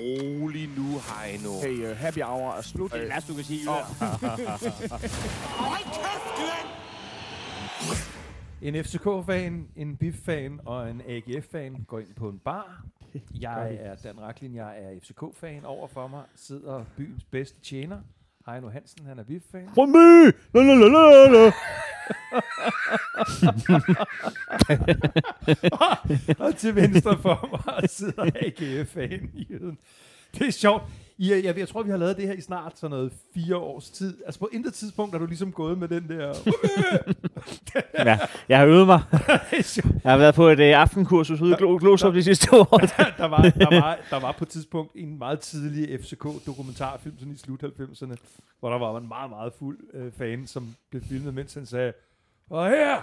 rolig nu, Heino. Hey, happy hour er slut. Det er værst, du kan sige. En FCK-fan, en BIF-fan og en AGF-fan går ind på en bar. Jeg er Dan Rachlin, jeg er FCK-fan. Overfor mig sidder byens bedste tjener, Heino Hansen, han er BIF-fan. Brøndby! Og til venstre for mig sidder AGF-fan i Jyden. Det er sjovt. Jeg tror, vi har lavet det her i snart sådan noget 4 års tid. Altså på intet tidspunkt har du ligesom gået med den der... Ja, jeg har øvet mig. Jeg har været på et aftenkursus ude i Glostrup de sidste 2 år. der var på et tidspunkt en meget tidlig FCK-dokumentarfilm, sådan i slut 90'erne, hvor der var en meget, meget fuld fan, som blev filmet, mens han sagde, og her,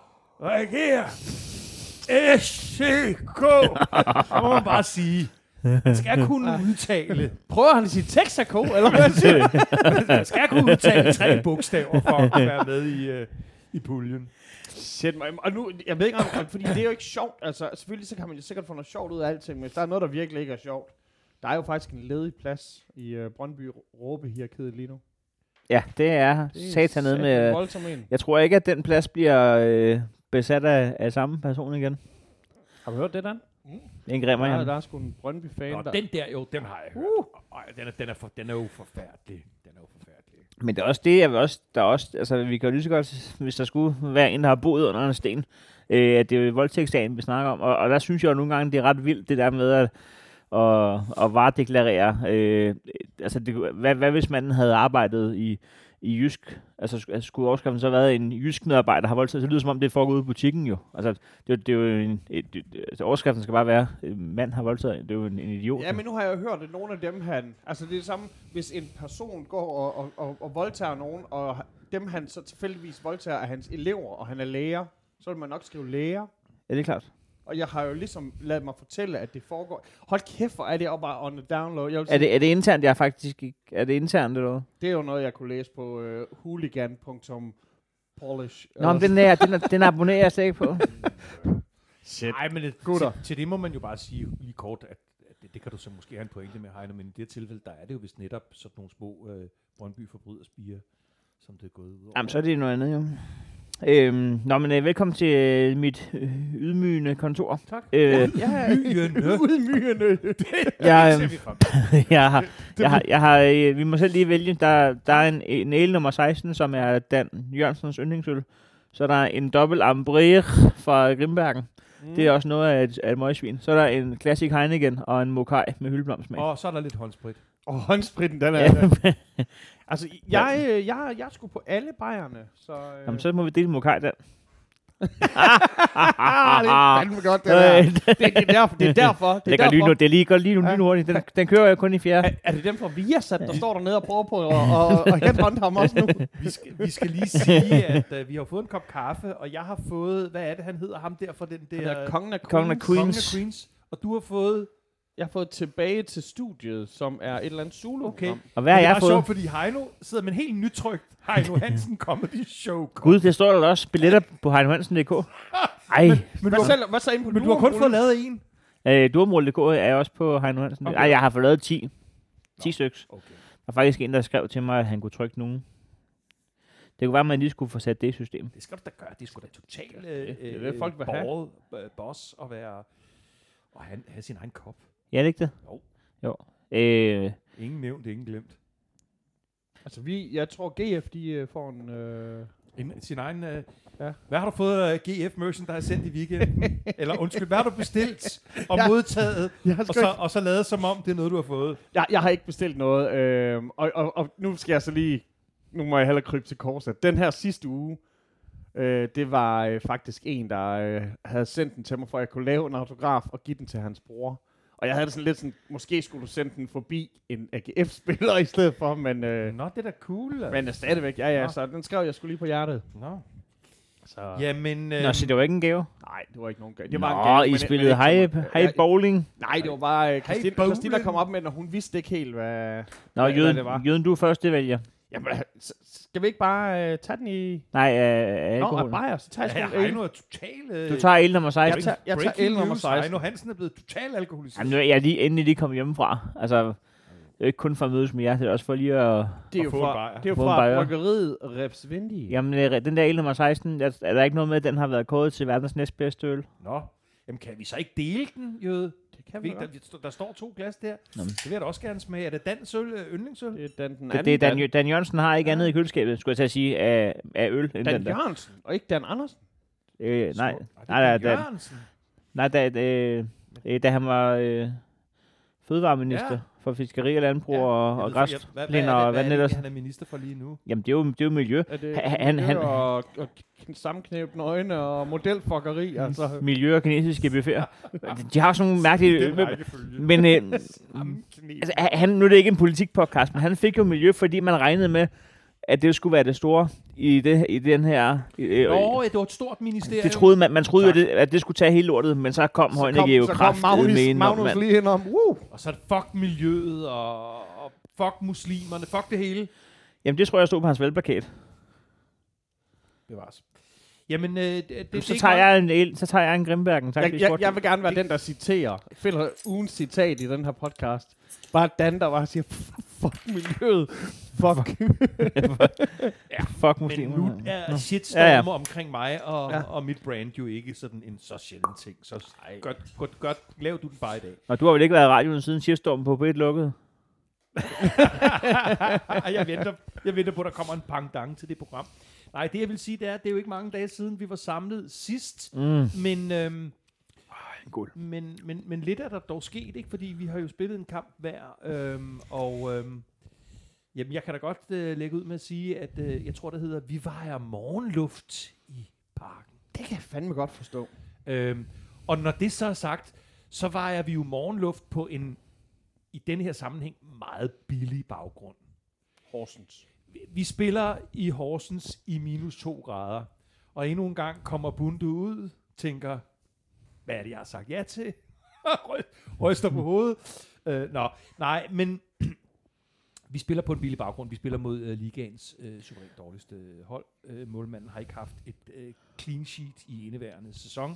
FCK! Så må man bare sige, skal jeg kunne udtale... Prøver han at sige Texaco, eller hvad? Skal jeg kunne udtale 3 bogstaver for at være med i puljen? Shit, og nu, jeg ved ikke om, fordi det er jo ikke sjovt. Altså, selvfølgelig så kan man jo sikkert få noget sjovt ud af alting, men hvis der er noget, der virkelig ikke er sjovt, der er jo faktisk en ledig plads i Brøndby råbehierarkiet lige nu. Ja, det er satan nede med... Jeg tror ikke, at den plads bliver besat af samme person igen. Har du hørt det, Dan? En grimmer, ja. Der er sgu en Brøndby-fan, der... Den der, jo, den har jeg hørt. Den er jo forfærdelig. Men det er også det, jeg vil også... Der er også altså, vi kan jo lige så godt, hvis der skulle være en, der har boet under en sten, at det er jo voldtægtsdagen, vi snakker om. Og der synes jeg jo nogle gange, det er ret vildt, det der med at varedeklarere. Altså, hvad hvis manden havde arbejdet i Jysk? Altså, skulle overskriften så have været en jysk medarbejder, der har voldtaget? Så lyder det som om, det foregår ude i butikken jo. Altså, det er jo altså, overskriften skal bare være, mand har voldtaget. Det er jo en idiot. Ja, men nu har jeg jo hørt, at nogle af dem, altså, det er det samme, hvis en person går og voldtager nogen, og dem, han så tilfældigvis voldtager, er hans elever, og han er lærer, så vil man nok skrive lærer. Ja, det er klart. Og jeg har jo ligesom ladet mig fortælle, at det foregår... Hold kæft, hvor er det bare on the download. Er det internt? Jeg er faktisk ikke... Er det internt, eller hvad? Det er jo noget, jeg kunne læse på hooligan.polish. Nå, men den abonnerer jeg slet ikke på. Shit. Nej, men til det må man jo bare sige lige kort, at det kan du så måske have en pointe med, Heino, men i det tilfælde, der er det jo vist netop sådan nogle små Brøndby-forbryderspirer, som det er gået ud over. Jamen, så er det noget andet, jo. Velkommen til mit ydmygende kontor. Tak. Ydmygende. Vi må selv lige vælge. Der er en ale nummer 16, som er Dan Jørgensens yndlingsøl. Så der er en dobbelt Ambrère fra Grimbergen. Det er også noget af et møgsvin. Så er der en Classic Heineken og en Mokai med hyldeblomsmag. Og så er der lidt håndsprit. Og håndspritten, den er... Altså, jeg skulle på alle bajerne, så... Jamen, så må vi dele Mokai der. Det er fandme godt, det der. Det er derfor. Det er lige godt lige nu hurtigt. Den kører jeg kun i 4. Er det dem fra Viasat, der står dernede og prøver på at headhunte ham også nu? Vi skal lige sige, at vi har fået en kop kaffe, og jeg har fået... Hvad er det, han hedder? Ham der for den der... Kongen af Queens. Og du har fået... Jeg har fået Tilbage til studiet, som er et eller andet Zulu. Okay. Og hvad har jeg fået? Det er sjovt, fordi Heino sidder med en helt nytrykt Heino Hansen Comedy Show. Gud, det står der også billetter på heinohansen.dk. Ej. Men hvad så inde på du har kun fået lavet en? Durmol.dk er også på Heino Hansen. Okay. Ej, jeg har fået lavet 10. 10 styks. Okay. Der var faktisk en, der skrev til mig, at han kunne trykke nogen. Det kunne være, at man lige skulle få sat det i system. Det skal du da gøre. Det skulle da totalt folk vil have. Boss og være... Og han have sin egen kop. Ja, det er ikke det? Jo. Ingen nævnt, ingen glemt. Altså, jeg tror, GF, de får sin egen... Ja. Hvad har du fået GF merchandise sendt i weekenden? Eller undskyld, hvad har du bestilt og modtaget, og så lavet som om, det er noget, du har fået? Jeg har ikke bestilt noget, og nu skal jeg så lige... Nu må jeg hellere krybe til korset. Den her sidste uge, det var faktisk en, der havde sendt den til mig, for at jeg kunne lave en autograf og give den til hans bror. Og jeg havde det sådan lidt sådan, måske skulle du sende den forbi en AGF-spiller i stedet for, men... Nå, det er da cool. Men stadigvæk, ja, så den skrev jeg skulle lige på hjertet. Nå. Så. Jamen... så det var ikke en gave? Nej, det var ikke nogen gave. Det var en gave, I spillede high bowling? Nej, det var bare Christina kom op med, når hun vidste ikke helt, hvad det var. Jøden, du er første vælger. Jamen, skal vi ikke bare tage den i... Nej, Nå, alkohol. og bajer, så tager jeg Ja, sgu en øl. Heino er total... Du tager el nummer 16. Jeg tager el nummer 16. Heino Hansen er blevet total alkoholiseret. Jamen, nu er jeg lige endelig lige kommet hjemmefra. Altså, det er ikke kun for at mødes med jer, det er også for lige at... Det er jo få en fra, bajer. det er jo Få en fra bajer. bryggeriet Repsvindi. Jamen, den der el nummer 16, er der ikke noget med, at den har været kåret til verdens næstbedste øl? Nå, jamen kan vi så ikke dele den, Jøde? Det kan vi godt. Der står 2 glas der. Nå. Det vil jeg da også gerne smage. Er det Dans øl, yndlingsøl? Det er den Det er Dan Jørgensen har ikke andet i køleskabet, skulle jeg til at sige, af øl. End Dan den der. Jørgensen, og ikke Dan Andersen. Nej, da han var fødevareminister for fiskeri og landbrug og græsplæner og hvad ellers. Han er minister for lige nu. Jamen, det er jo miljø. Er det Han- og sammenknæbende øjne og modelfuckeri, altså. Miljø og kinesiske buffeter. De har sådan nogle mærkelige... Men altså, nu er det ikke en politikpodcast, men han fik jo miljø, fordi man regnede med, at det skulle være det store i den her... Nå, det var et stort ministerium. det troede man troede jo, at det skulle tage hele lortet, men så kom Højnække jo kraftigt med en. Magnus lige hen om. Og så er det fuck miljøet, og fuck muslimerne, fuck det hele. Jamen, det tror jeg stod på hans valgplakat. Bevares. Jamen, Så tager jeg en Grimbergen. Tak, Jeg vil gerne være den, der citerer. Finder ugens citat i den her podcast. Bare Dan, der bare siger, fuck miljøet. Fuck. Fuck Men muslimer. nu er shitstormer omkring mig og mit brand jo ikke sådan en så sjælden ting. Så godt, lav du den bare i dag. Og du har vel ikke været i radioen siden shitstormen på B1 lukket? Jeg venter på, at der kommer en pangdang til det program. Nej, det jeg vil sige, det er jo ikke mange dage siden, vi var samlet sidst. Men lidt er der dog sket, ikke? Fordi vi har jo spillet en kamp hver. Jamen, jeg kan da godt lægge ud med at sige, at jeg tror, det hedder, vi vejer morgenluft i parken. Det kan jeg fandme godt forstå. Og når det så er sagt, så vejer vi jo morgenluft på en, i denne her sammenhæng, meget billig baggrund. Horsens. Vi spiller i Horsens i -2 grader. Og endnu en gang kommer Bunde ud, tænker, hvad er det, jeg har sagt ja til? Ryster på hovedet. Nej, men vi spiller på en billig baggrund. Vi spiller mod ligaens suverænt dårligste hold. Målmanden har ikke haft et clean sheet i indeværende sæson.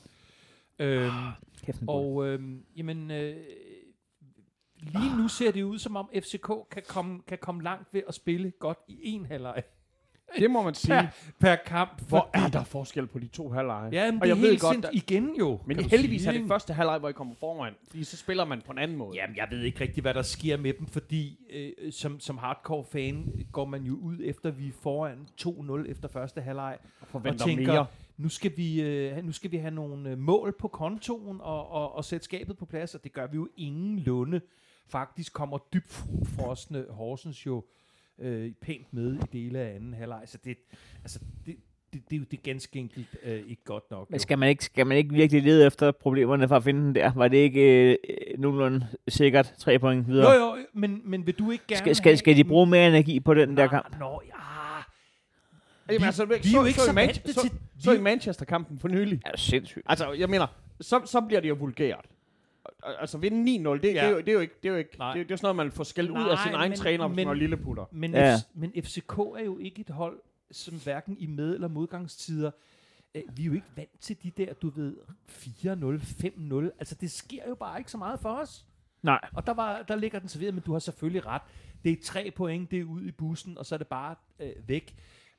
Lige nu ser det ud, som om FCK kan komme langt ved at spille godt i en halvleg. Det må man sige. Per kamp. Hvor er der forskel på de 2 halvleje? Ja, men og det er jeg ved helt godt, sindssygt igen jo. Men heldigvis er det første halvleg, hvor I kommer foran. Fordi så spiller man på en anden måde. Jamen, jeg ved ikke rigtig, hvad der sker med dem, fordi som hardcore fan går man jo ud efter, vi er foran 2-0 efter første halvleg. Og tænker, mere. Nu skal vi have nogle mål på kontoen og sætte skabet på plads, og det gør vi jo ingenlunde. Faktisk kommer dybfrosne Horsens jo pænt med i dele af anden halvleg, så det er jo det ganske enkelt ikke godt nok. Men skal man ikke virkelig lede efter problemerne for at finde den der? Var det ikke nogenlunde sikkert 3 point videre? Jo, men vil du ikke gerne skal de bruge mere energi på den der kamp? Jamen, altså, vi er jo ikke så vant til... Så i Manchester-kampen for nylig. Er det sindssygt? Altså, jeg mener, så bliver det jo vulgært. Altså, vinde 9-0, det er jo ikke... Det er sådan noget, man får skældt ud af sin egen træner, hvis man er lilleputter. Men FCK er jo ikke et hold, som hverken i med- eller modgangstider... Vi er jo ikke vant til de der, du ved, 4-0, 5-0. Altså, det sker jo bare ikke så meget for os. Nej. Og der ligger den serveret, men du har selvfølgelig ret. Det er 3 point, det er ud i bussen, og så er det bare væk.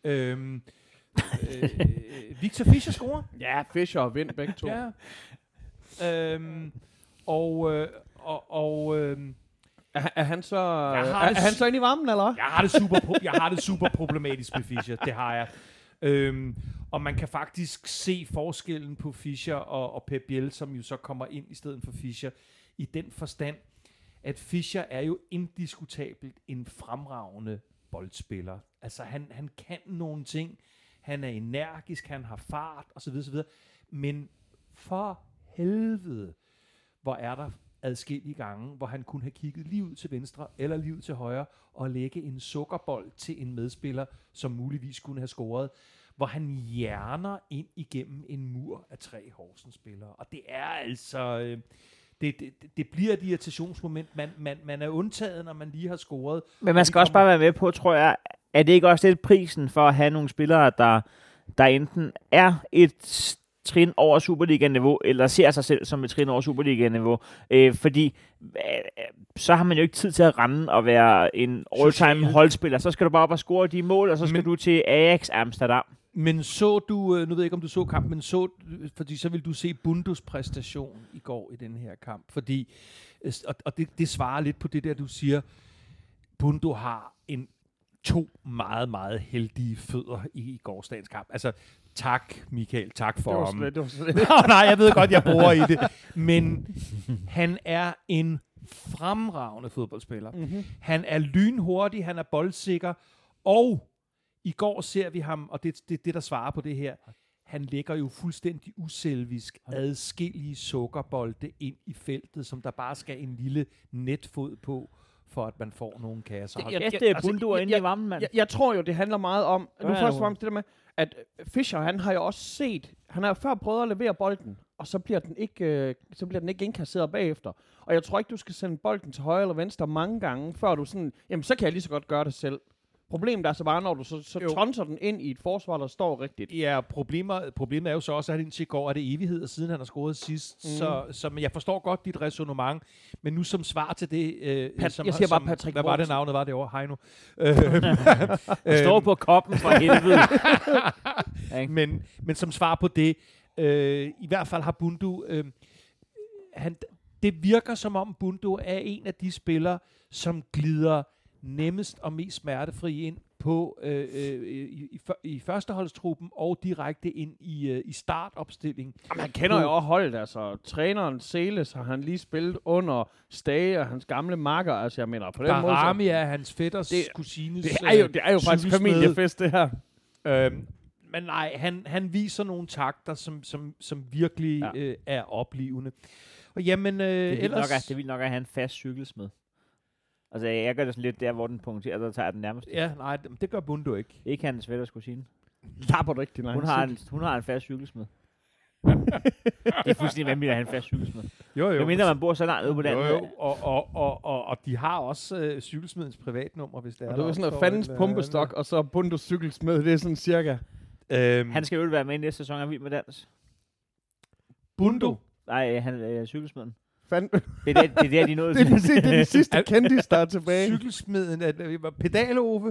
Victor Fischer scorer. Ja, Fischer og Vind begge to. Ja. Er han så er han så inde i varmen, eller? Jeg har det super problematisk med Fischer. Det har jeg. Og man kan faktisk se forskellen på Fischer og Pep Biel, som jo så kommer ind i stedet for Fischer, i den forstand, at Fischer er jo indiskutabelt en fremragende boldspiller. Altså han kan nogle ting. Han er energisk, han har fart osv. Men for helvede, hvor er der adskillige gange, hvor han kunne have kigget lige ud til venstre eller lige ud til højre og lægge en sukkerbold til en medspiller, som muligvis kunne have scoret, hvor han hjerner ind igennem en mur af 3 Horsens-spillere. Og det er altså... Det bliver et irritationsmoment. Man er undtaget, når man lige har scoret. Men man skal også bare være med på, tror jeg, er det ikke også lidt prisen for at have nogle spillere, der enten er et trin over Superliga-niveau, eller ser sig selv som et trin over Superliga-niveau? Fordi så har man jo ikke tid til at rende og være en all-time holdspiller. Så skal du bare op og score de mål, og så skal du til Ajax Amsterdam. Men så du, nu ved jeg ikke, om du så kampen, men fordi så vil du se Bundos præstation i går i den her kamp. Fordi, og det svarer lidt på det der, du siger, Bundo har to meget, meget heldige fødder i gårsdagens kamp. Altså, tak Michael, tak for ham. Det var slet. Nej, jeg ved godt, jeg bruger i det. Men han er en fremragende fodboldspiller. Mm-hmm. Han er lynhurtig, han er boldsikker, og i går ser vi ham, og det der svarer på det her, han lægger jo fuldstændig uselvisk adskillige sukkerbolde ind i feltet, som der bare skal en lille netfod på, for at man får nogle kasser. Jeg tror jo, det handler meget om, nu først og fremmest det der med, at Fischer, han har jo også set, han har jo før prøvet at levere bolden, og så bliver den ikke indkasseret bagefter. Og jeg tror ikke, du skal sende bolden til højre eller venstre mange gange, før du sådan, jamen så kan jeg lige så godt gøre det selv. Problemet er så bare, når du så tonser den ind i et forsvar, der står rigtigt. Ja, problemet er jo så også, at indtil går er det evigheder, siden han har scoret sidst. Så jeg forstår godt dit resonemang, men nu som svar til det... jeg siger bare Patrick Hvad var det navnet, var det over? Heino. Står på koppen for helvede. men som svar på det, i hvert fald har Bundo... det virker som om Bundo er en af de spillere, som glider nemmest og mest smertefri ind på i førsteholdstruppen og direkte ind i startopstillingen. Jamen, han kender jo også holdet, altså. Træneren Seles har han lige spillet under Stage og hans gamle makker, altså jeg mener på den måde. Darami er hans fætters kusines. Det er jo faktisk familiefest, det her. Men nej, han viser nogle takter, som virkelig er oplivende. Og jamen, ellers... Det vil nok at have en fast cykelsmed. Altså, jeg gør det sådan lidt der, hvor den punkterer, der tager den nærmest. Ja, nej, det gør Bundo ikke. Ikke hans fætters kusine. Lapper du ikke din egen Hun har en fast cykelsmed. Det er fuldstændig vanvittigt at have en fast cykelsmed. Jo. Mindre man bor så langt ude på den. Jo. Og de har også cykelsmedens privatnummer, hvis det er. Og det er sådan noget fandens pumpestok, og så Bundos cykelsmed, det er sådan cirka. Han skal jo være med i næste sæson af Vild med Dans. Bundo? Nej, han er cykelsmeden. Det er der, de nåede til. Det er den sidste kendis, der er tilbage. Cykelsmeden, pedal-Ove.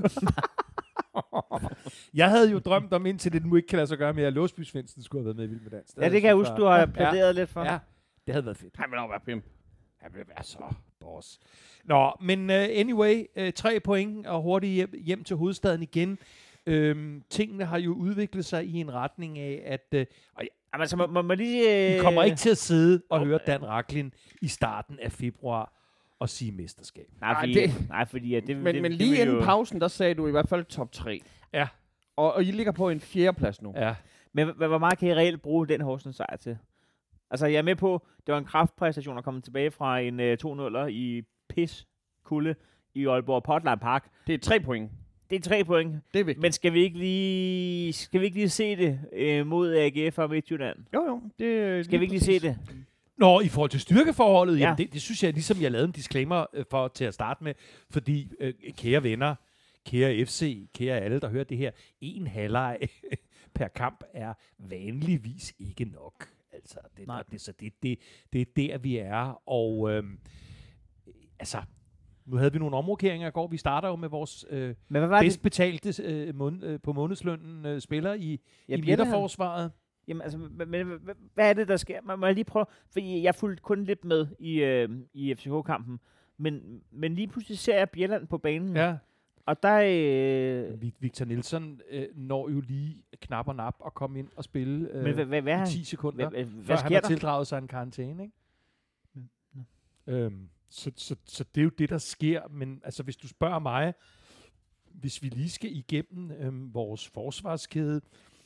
Jeg havde jo drømt om, indtil det nu ikke kan lade sig gøre mere, at Låsby Svendsen skulle have været med i Vild med Dans. Det kan jeg huske, du har plæderet lidt for. Ja, det havde været fedt. Han vil også være pimp. Han vil være så boss. Nå, men anyway, 3 point og hurtigt hjem til hovedstaden igen. Tingene har jo udviklet sig i en retning af, at... Altså, må lige... I kommer ikke til at sidde og høre Dan Rachlin i starten af februar og sige mesterskab. Men lige inden pausen, der sagde du i hvert fald top 3. Ja. Og I ligger på en 4. plads nu. Ja. Men hvor meget kan I reelt bruge den Horsens sejr til? Altså, jeg er med på, det var en kraftpræstation at komme tilbage fra en 2-0'er i kulde i Aalborg Portland Park. Det er 3 point. Det er 3 point. Det er vigtigt. Men skal vi ikke lige se det mod AGF og Midtjylland? Jo. Skal vi ikke lige se det? Nå, i forhold til styrkeforholdet, jamen det synes jeg, ligesom jeg lavede en disclaimer til at starte med, fordi kære venner, kære FC, kære alle, der hører det her, 1 halvleg per kamp er vanligvis ikke nok. Altså, det er der, vi er, og altså... Nu havde vi nogle omrokeringer i går. Vi starter jo med vores bedst betalte på månedslønnen spiller i midterforsvaret. Jamen altså, hvad er det, der sker? Man må lige prøve, fordi jeg fulgte kun lidt med i FCK-kampen, men lige pludselig ser jeg Bjelland på banen. Ja. Og der Victor Nielsen når jo lige knap og nap at komme ind og spille hvad 10 sekunder, før han har tildraget sig en karantæne, ikke? Så det er jo det, der sker, men altså, hvis du spørger mig, hvis vi lige skal igennem vores forsvarskæde,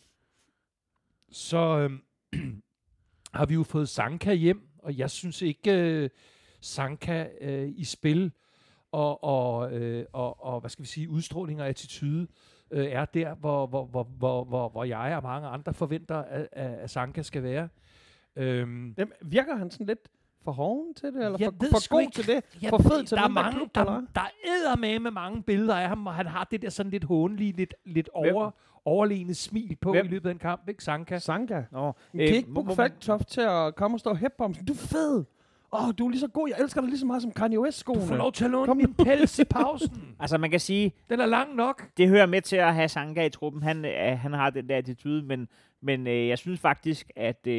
så har vi jo fået Sanka hjem, og jeg synes ikke Sanka i spil og hvad skal vi sige, udstråling og attitude er der, hvor jeg og mange andre forventer, at Sanka skal være. Virker han sådan lidt for hoven til det, eller Jeg ved for sgu god ikke. til det? Jeg For ved- fed til der er den mange, klub, der, eller? der er med mange billeder af ham, og han har det der sådan lidt hånlige, lidt Hvem? overlegne smil på Hvem? i løbet af en kamp, ikke? Sanka. Sanka. Nå, Men kan I ikke booke Falktoft til at komme og stå og hæppe på ham? Du er fed! Du er lige så god. Jeg elsker dig lige så meget som Kanye West-skoene. Du får lov til at låne Kom min pels i pausen. Altså, man kan sige, Den er lang nok. det hører med til at have Sanka i truppen. Han har den der attitude, men jeg synes faktisk,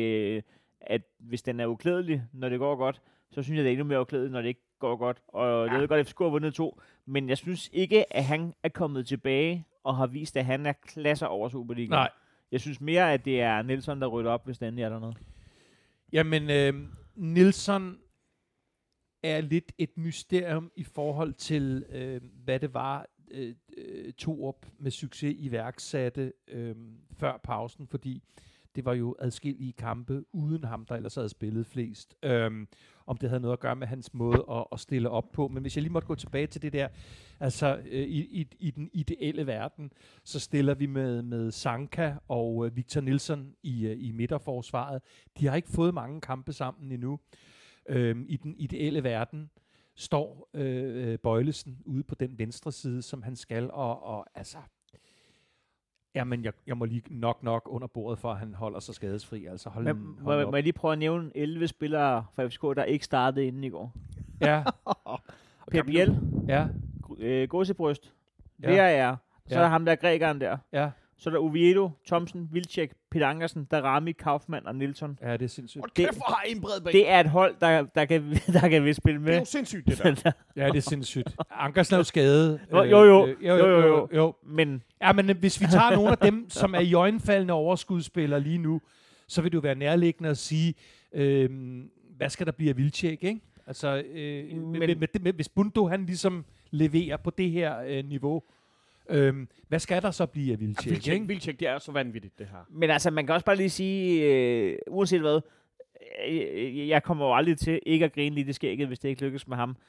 at hvis den er uklædelig, når det går godt, så synes jeg, det er endnu mere uklædeligt, når det ikke går godt. Og jeg ved godt, at FCK har vundet 2, men jeg synes ikke, at han er kommet tilbage og har vist, at han er klasser over Superligaen. Nej. Jeg synes mere, at det er Nielsen, der rydder op, hvis der endelig er der noget. Jamen, Nielsen er lidt et mysterium i forhold til, hvad det var, Torup med succes iværksatte før pausen, fordi det var jo adskillige kampe uden ham, der ellers havde spillet flest. Om det havde noget at gøre med hans måde at stille op på. Men hvis jeg lige måtte gå tilbage til det der, altså i den ideelle verden, så stiller vi med Sanka og Victor Nilsson i midterforsvaret. De har ikke fået mange kampe sammen endnu. I den ideelle verden står Bøjlesen ude på den venstre side, som han skal, og altså... Jamen, jeg må lige nok under bordet for, at han holder sig skadesfri. Altså, Må jeg lige prøve at nævne 11 spillere fra FCK, der ikke startede inden i går? Ja, Per Biel, ja, Gåsebryst, Ja. VAR, så Ja. er der ham der grækeren der. ja. Så er der Oviedo, Thomsen, Vilcek, Peter Ankersen, Darami, Kaufmann og Nielsen. Ja, det er sindssygt. Og kæft, hvor har I en bred bag. Det er et hold, der kan vi spille Det er med. jo sindssygt, det der. Ja, det er sindssygt. Ankersen er jo skadet. Jo. Men Ja, men hvis vi tager nogle af dem, som er i øjenfaldende overskudsspillere lige nu, så vil det jo være nærliggende at sige, hvad skal der blive af Vilcek, ikke? Altså, hvis Bundo han ligesom leverer på det her niveau, hvad skal der så blive af Vilcek, ikke? Vilcek, det er så vanvittigt, det her. Men altså, man kan også bare lige sige, uanset hvad, jeg kommer jo aldrig til ikke at grine lidt i skægget, hvis det ikke lykkes med ham.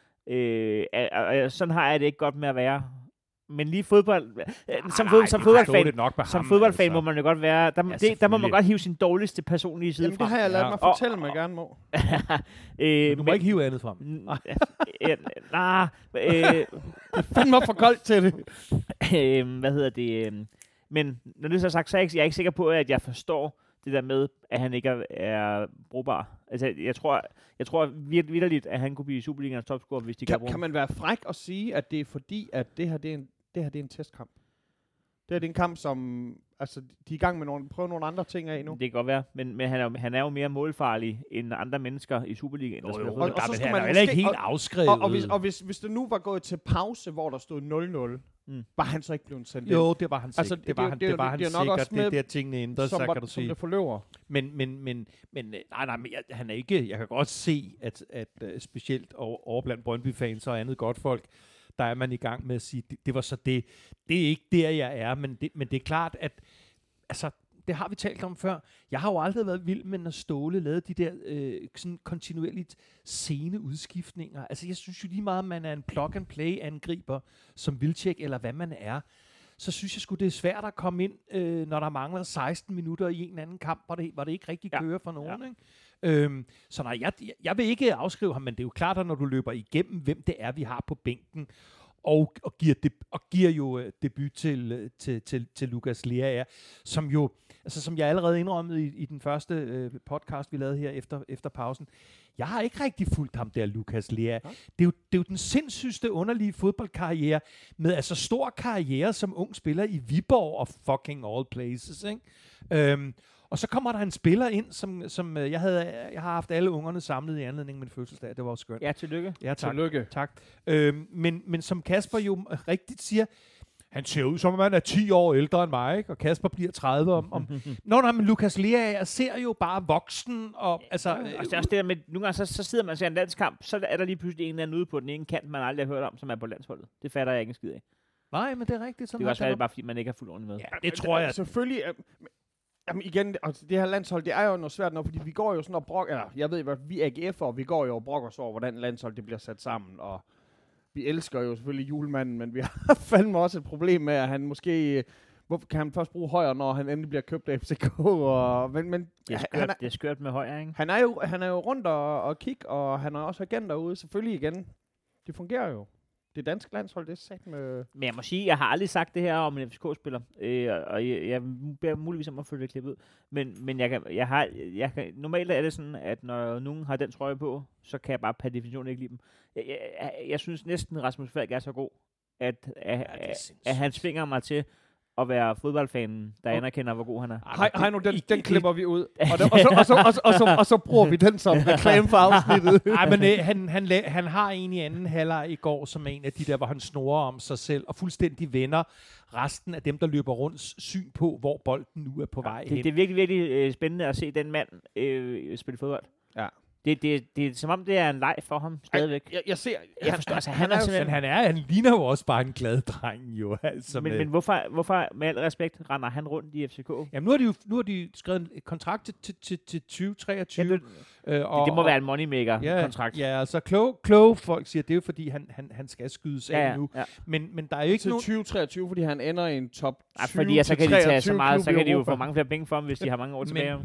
Sådan har jeg det ikke godt med at være. Men lige fodbold, som fodboldfan må man jo godt være, der må man godt hive sin dårligste personlige side Jamen, frem. det har jeg ladet mig fortælle mig gerne må. Men du må ikke hive andet frem. Fandme for koldt til det. Hvad hedder det? Men når det er så sagt, så er jeg ikke sikker på, at jeg forstår det der med, at han ikke er brugbar. Altså, jeg tror vitterligt, at han kunne blive Superligaens topscorer, hvis de kan bruge Kan man være fræk og sige, at det er fordi, at det her det er en testkamp? Det her det er en kamp, som... Altså, de er i gang med prøve nogle andre ting af nu. Det kan godt være, men han er jo mere målfarlig end andre mennesker i Superligaen. Og så Men skulle han man er heller ikke måske- helt afskrevet. Og hvis det nu var gået til pause, hvor der stod 0-0, var han så ikke blevet sendt ind? Jo, det var han sikkert. Altså, det var han det er nok sikkert. også med, Det der tingene ændrede sig, kan du som sige. det forløver. Men han er ikke... Jeg kan godt se, at specielt over blandt Brøndby-fans og andet godt folk, der er man i gang med at sige, det var så det. Det er ikke der, jeg er, men det er klart, at altså, det har vi talt om før. Jeg har jo aldrig været vild med, når Ståle lavede de der sådan kontinuerligt sene udskiftninger. Altså, jeg synes jo lige meget, at man er en plug-and-play-angriber, som Vilcek, eller hvad man er, så synes jeg sgu, det er svært at komme ind, når der mangler 16 minutter i en anden kamp, hvor det ikke rigtig kører for nogen. Ja. Ikke? Så nej, jeg vil ikke afskrive ham, men det er jo klart, at når du løber igennem, hvem det er, vi har på bænken, og giver jo debut til Lukas Lea, som jo, altså som jeg allerede indrømmede i den første podcast, vi lavede her efter pausen, jeg har ikke rigtig fulgt ham der, Lukas Lea. Det er jo den sindssygste underlige fodboldkarriere, med altså stor karriere som ung spiller i Viborg og fucking all places, ikke? Og så kommer der en spiller ind, som jeg har haft alle ungerne samlet i anledning af min fødselsdag. Det var jo skønt. Ja, tillykke. Ja, tak. Tillykke. Tak. Men som Kasper jo rigtigt siger, han ser ud som om han er 10 år ældre end mig, ikke? Og Kasper bliver 30 om. Nej, men Lukas Lea ser jo bare voksen, og altså... Og det er også det der med, nogle gange så sidder man og ser en landskamp, så er der lige pludselig en eller anden ude på den ene kant, man aldrig har hørt om, som er på landsholdet. Det fatter jeg ikke en skid af. Nej, men det er rigtigt. Det er også bare, fordi man ikke har fuldt ordentligt med. Ja, det tror jeg. Selvfølgelig... Jamen igen, altså det her landshold, det er jo noget svært nok, fordi vi går jo sådan og brokker, eller jeg ved hvad, vi AGF'er, vi går jo og brokker os over, hvordan landshold det bliver sat sammen, og vi elsker jo selvfølgelig julemanden, men vi har fandme også et problem med, at han måske Hvorfor kan han først bruge Højer, når han endelig bliver købt af FCK? Men Det er skørt med Højer, ikke? han er jo rundt og kigge, og han er også agent derude, selvfølgelig igen. Det fungerer jo. Det danske landshold, det er sat med... Men jeg må sige, jeg har aldrig sagt det her om en FCK-spiller, og jeg beder muligvis om at følge det klip ud. Men jeg kan, normalt er det sådan, at når nogen har den trøje på, så kan jeg bare per definition ikke lide dem. Jeg synes næsten, Rasmus Falk er så god, at han svinger mig til at være fodboldfanen, der anerkender, hvor god han er. Hej nu, den klipper vi ud. Og så bruger vi den som reklame for afsnittet. Nej, men han har en i anden halvleg i går, som er en af de der, hvor han snorer om sig selv, og fuldstændig vender resten af dem, der løber rundt, syn på, hvor bolden nu er på vej hen. Det er virkelig, virkelig spændende at se den mand spille fodbold. Ja. Det er som om, det er en leg for ham stadigvæk. Jeg ser... Jeg forstår, altså, han ligner jo også bare en glad dreng, jo. Altså men hvorfor, med al respekt, render han rundt i FCK? Jamen, nu har de skrevet en kontrakt til 2023. Ja, det må være en moneymaker-kontrakt. Ja, altså kloge folk siger, det er jo fordi, han skal skydes af nu. Ja. Men der er jo ikke til 2023, fordi han ender i en top 20 fordi så kan de tage så meget, så kan de jo Europa. få mange flere penge for ham, hvis de har mange år tilbage.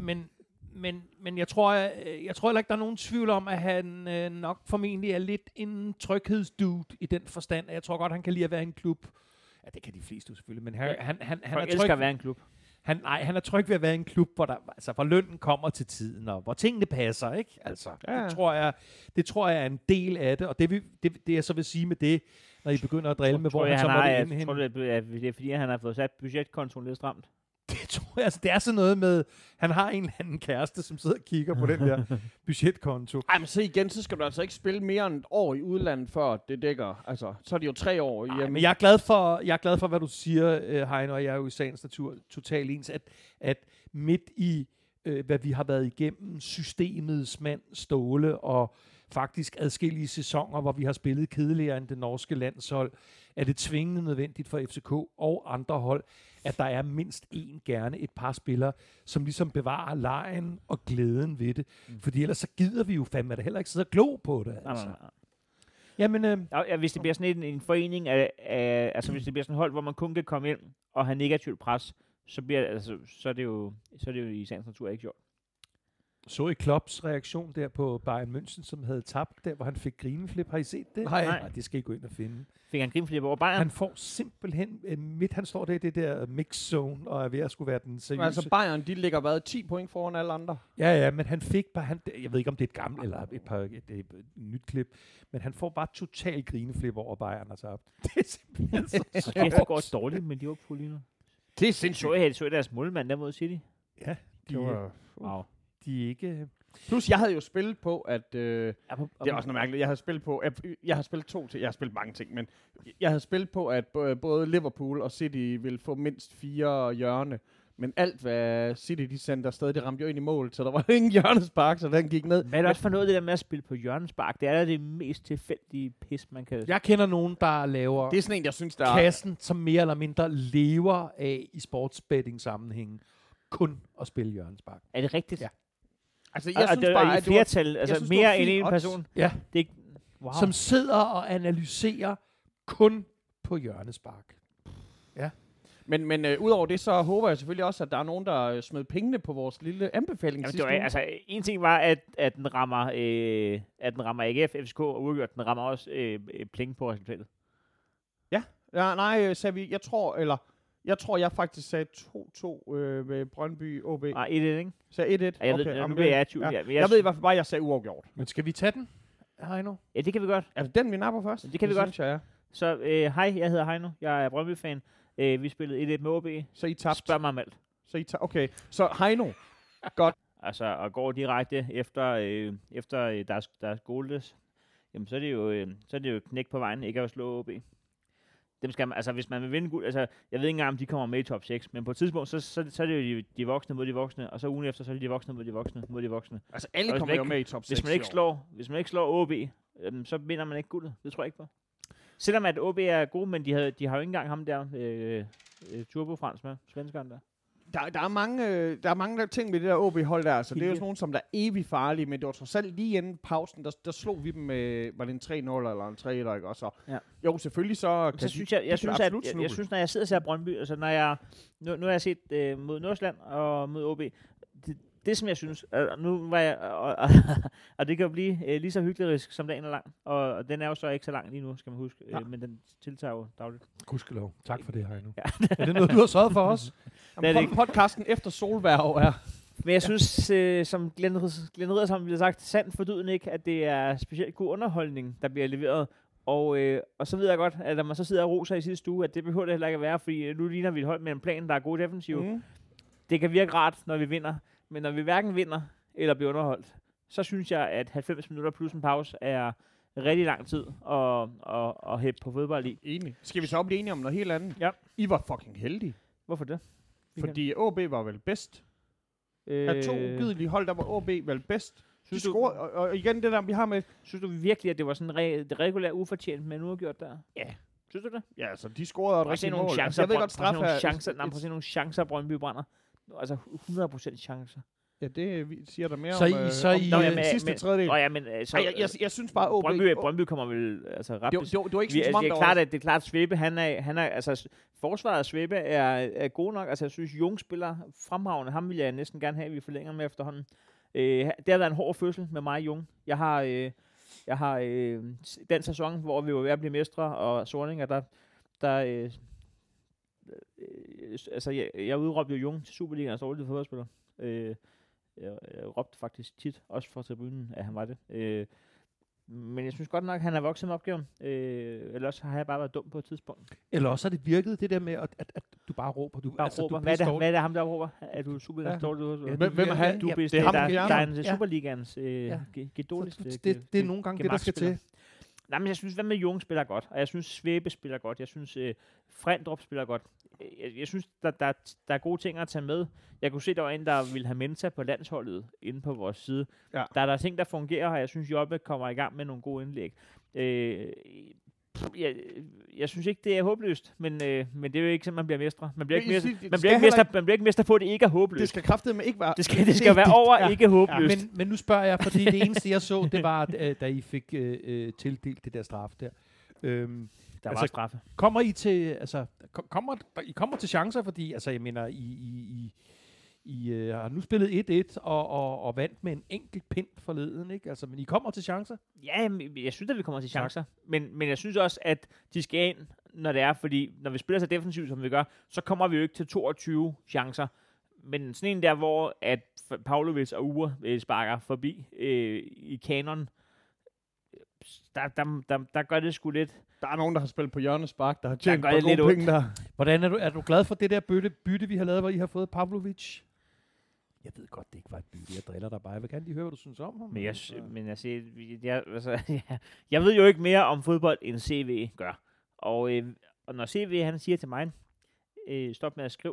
Men jeg tror heller ikke, der er nogen tvivl om, at han nok formentlig er lidt en tryghedsdude i den forstand. Jeg tror godt, han kan lide at være i en klub. Ja, det kan de fleste selvfølgelig, men han er tryg at være en klub. Han er tryg ved at være i en klub, hvor lønnen kommer til tiden, og hvor tingene passer, ikke? Altså, ja. Det tror jeg er en del af det, og det jeg så vil sige med det, når I begynder at drille med, hvor han så må det indhente. Tror du, det er fordi, han har fået sat budgetkontoen lidt stramt? Det tror jeg, altså det er sådan noget med, han har en eller anden kæreste, som sidder og kigger på den der budgetkonto. Ej, men så igen, så skal du altså ikke spille mere end et år i udlandet, før det dækker. Altså, så er det jo 3 år hjemme. Ej, men jeg er glad for, hvad du siger, Heino, og jeg er jo i sagens natur totalt ens, at midt i, hvad vi har været igennem, systemets mand Ståle, og faktisk adskillige sæsoner, hvor vi har spillet kedeligere end det norske landshold, er det tvingende nødvendigt for FCK og andre hold, at der er mindst gerne et par spillere, som ligesom bevarer lejen og glæden ved det. Fordi ellers så gider vi jo fandme da heller ikke sidde og glo på det. Altså. Nej. Jamen, hvis det bliver sådan en forening altså hvis det bliver sådan et hold, hvor man kun kan komme ind og have negativt pres, så er det jo i sagens natur ikke sjovt. Så I Klopps reaktion der på Bayern München, som havde tabt der, hvor han fik grineflip. Har I set det? Nej. Det skal I gå ind og finde. Fik han grineflip over Bayern? Han får simpelthen han står der i det der mix zone, og er ved at skulle være den seriøse. Altså Bayern, de ligger 10 point foran alle andre. Ja, men han fik bare, jeg ved ikke om det er et gammelt, eller et nyt klip, men han får bare total grineflip over Bayern og tabt. Det er simpelthen så sjovt. Det går dårligt med Liverpool lige nu. Det er sindssygt. Så deres målmand der mod City. Ja, Wow. De er ikke... Plus, jeg havde jo spillet på, at... det er også noget mærkeligt. Jeg havde spillet på... Jeg har spillet jeg har spillet mange ting, men jeg havde spillet på, at både Liverpool og City ville få mindst 4 hjørne. Men alt, hvad City de sendte afsted, det ramte jo ind i mål, så der var ingen hjørnespark, så den gik ned. Men er det også for noget det der med at spille på hjørnespark? Det er det mest tilfældige pis, man kan... Jeg kender nogen, der laver... Det er sådan en, jeg synes, der kassen, som mere eller mindre lever af i sportsbetting-sammenhængen. Kun at spille hjørnespark. Er det rigtigt? Ja. Altså, jeg synes bare, at flertal, altså mere end en person. Ja. Det er wow. Som sidder og analyserer kun på hjørnespark. Ja. Men udover det, så håber jeg selvfølgelig også, at der er nogen, der smed pengene på vores lille anbefaling sidste uge. Altså, en ting var, at den rammer AGF, FCK og uafgjort. Den rammer også penge på resultatet. Ja, nej, sagde vi, jeg tror, jeg faktisk sagde 2-2 ved Brøndby OB. Nej, 1-1, ikke? Sagde 1-1? Ja, nu bliver jeg i tvivl. Ja. Jeg ved i hvert fald bare, at jeg sagde uafgjort. Men skal vi tage den, Heino? Ja, det kan vi godt. Er det den, vi napper først? Det kan vi godt. Synes jeg, ja. Så hej, jeg hedder Heino. Jeg er Brøndby-fan. Vi spillede 1-1 med OB. Så I tabte? Spørg mig om alt. Okay, så Heino. Godt. Altså, at gå direkte efter deres goalless, jamen så er det jo knæk på vejen, ikke at slå OB. Dem skal man, altså hvis man vil vinde guld, altså jeg ved ikke engang, om de kommer med i top 6, men på et tidspunkt, så er det jo de voksne mod de voksne, og så ugen efter, så er det de voksne mod de voksne. Altså alle kommer jo med i top 6 Hvis man ikke slår OB, så vinder man ikke guldet. Det tror jeg ikke på. Selvom at OB er gode, men de har jo ikke engang ham der, Turbo Frans med, svenskeren der. Der er mange ting ved det der OB-hold der, så det er jo sådan nogen, som der er evigt farlige, men det var trods alt lige inden pausen, der slog vi dem med, var det en 3-0 eller en 3 eller ikke også? Ja. Jo, selvfølgelig så kan Så synes jeg synes, når jeg sidder og ser Brøndby, altså nu har jeg set mod Nordsjælland og mod OB, det som jeg synes, nu var jeg, og det kan jo blive lige så hyggelig som dagen er lang, og den er jo så ikke så lang lige nu, skal man huske, men den tiltager jo dagligt. Gudskelov. Tak for det, Heino. Ja. Er det noget, du har sørget for os? Podcasten efter solværv er... Men jeg synes, som Glenn Riddersholm ville have sagt, sandt for dyden ikke, at det er specielt god underholdning, der bliver leveret. Og så ved jeg godt, at når man så sidder og roser i sidste uge, at det behøver det heller ikke at være, fordi nu ligner vi et hold med en plan, der er god defensiv. Det kan virke rart, når vi vinder, men når vi hverken vinder eller bliver underholdt, så synes jeg, at 90 minutter plus en pause er rigtig lang tid at hæppe på fodbold i. Enig. Skal vi så blive enige om noget helt andet? Ja. I var fucking heldige. Hvorfor det? Fordi OB var vel bedst. Af to ugidelige hold, der var OB vel bedst. De scorede, og igen det der, vi har med... Synes du virkelig, at det var sådan det regulære ufortjent, men nu har gjort der? Ja. Synes du det? Ja, altså de scorede et rigtigt mål. Chancer, jeg ved godt, straf er... nogle chancer, Brøndby brænder. Altså 100% chancer. Ja, det siger der mere om sidste tredjedel. Jeg synes bare, OB... Brøndby kommer vel altså ret... Det er ikke som om, det er klart, at Svebe, han er altså, forsvaret af Svebe er god nok. Altså, jeg synes, Jung spiller fremragende. Ham vil jeg næsten gerne have, at vi forlænger med efterhånden. Det har været en hård fødsel med mig og Jung. Jeg har den sæson, hvor vi var ved at blive mestre, og Sorninger, jeg udråbte jo Jung til Superligaens dårlige fodboldspiller. Jeg råbte faktisk tit, også fra tribunen, at han var det. Men jeg synes godt nok, at han er vokset med opgaven. Ellers har jeg bare været dum på et tidspunkt. Eller også har det virket, det der med, at du bare råber. Hvad er det ham, der råber? Er du Superligaens dårlige? Hvem er han? Det er en Superligaens gedårligste. Det er nogle gange det, der skal til. Nej, men jeg synes, hvad med Jung spiller godt, og jeg synes, Svebe spiller godt, jeg synes, Frendrup spiller godt. Jeg synes, der er gode ting at tage med. Jeg kunne se, der var en, der ville have Menta på landsholdet inde på vores side. Ja. Der er ting, der fungerer, og jeg synes, Jobbe kommer i gang med nogle gode indlæg. Jeg synes ikke, det er håbløst, men det er jo ikke sådan, man bliver mestre. Man bliver ikke mestre på, at det ikke er håbløst. Det skal kraftedeme ikke være... Det skal være over, ikke håbløst. Men nu spørger jeg, fordi det eneste, jeg så, det var, da I fik tildelt det der straf der. Der var straffe. Kommer I til... Altså, I kommer til chancer, fordi... Altså, jeg mener, I har nu spillet 1-1 og vandt med en enkelt pind forleden, ikke? Altså, men I kommer til chancer? Ja, jeg synes, at vi kommer til chancer. Men jeg synes også, at de skal ind, når det er, fordi når vi spiller så defensivt, som vi gør, så kommer vi jo ikke til 22 chancer. Men sådan en der, hvor at Pavlovic og Ure sparker forbi i kanon, der gør det sgu lidt... Der er nogen, der har spillet på hjørnespark, der har tjent på gode penge der. Hvordan er du glad for det der bytte, vi har lavet, hvor I har fået Pavlovic? Jeg ved godt, det ikke var et bytte. Jeg driller dig bare. Jeg vil gerne lige høre, hvad du synes om ham. Jeg ved jo ikke mere om fodbold, end CV gør. Og når CV han siger til mig, stop med at skrive.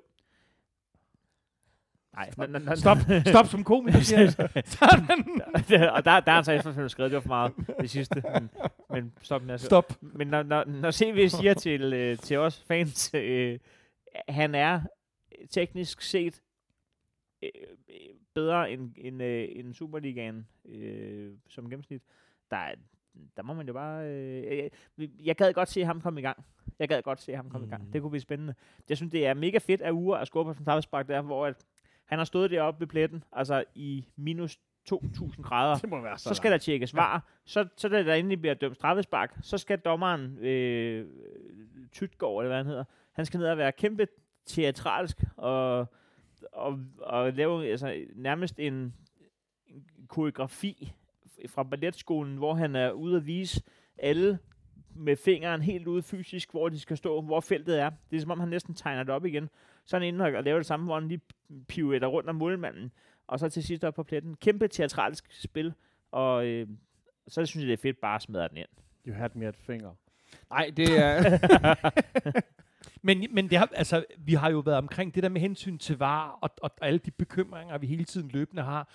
Nej, stop som komiker, siger og der er han så efterfølgende skrevet, det var for meget det sidste. Men stop med at skrive. Stop. Men når CV siger til os fans, han er teknisk set bedre end Superligaen som gennemsnit, der må man jo bare... jeg gad godt se ham komme i gang. Det kunne blive spændende. Jeg synes, det er mega fedt af Ure at score på sådan en straffespark der, hvor han har stået deroppe ved pletten, altså i minus 2.000 grader. Det må være så skal der tjekkes var. Så da der endelig bliver dømt straffespark, så skal dommeren Tytgaard, eller hvad han hedder, han skal ned og være kæmpe teatralsk og lave nærmest en koreografi fra balletskolen, hvor han er ude at vise alle med fingeren helt ude fysisk, hvor de skal stå, hvor feltet er. Det er som om, han næsten tegner det op igen. Så er han inde og laver det samme, hvor han lige pirouetter rundt om målmanden, og så til sidst op på pletten. Kæmpe teatralsk spil, og så synes jeg, det er fedt bare at smadre den ind. You had me at finger. Nej, det er... Men det har, altså, vi har jo været omkring det der med hensyn til VAR og alle de bekymringer, vi hele tiden løbende har.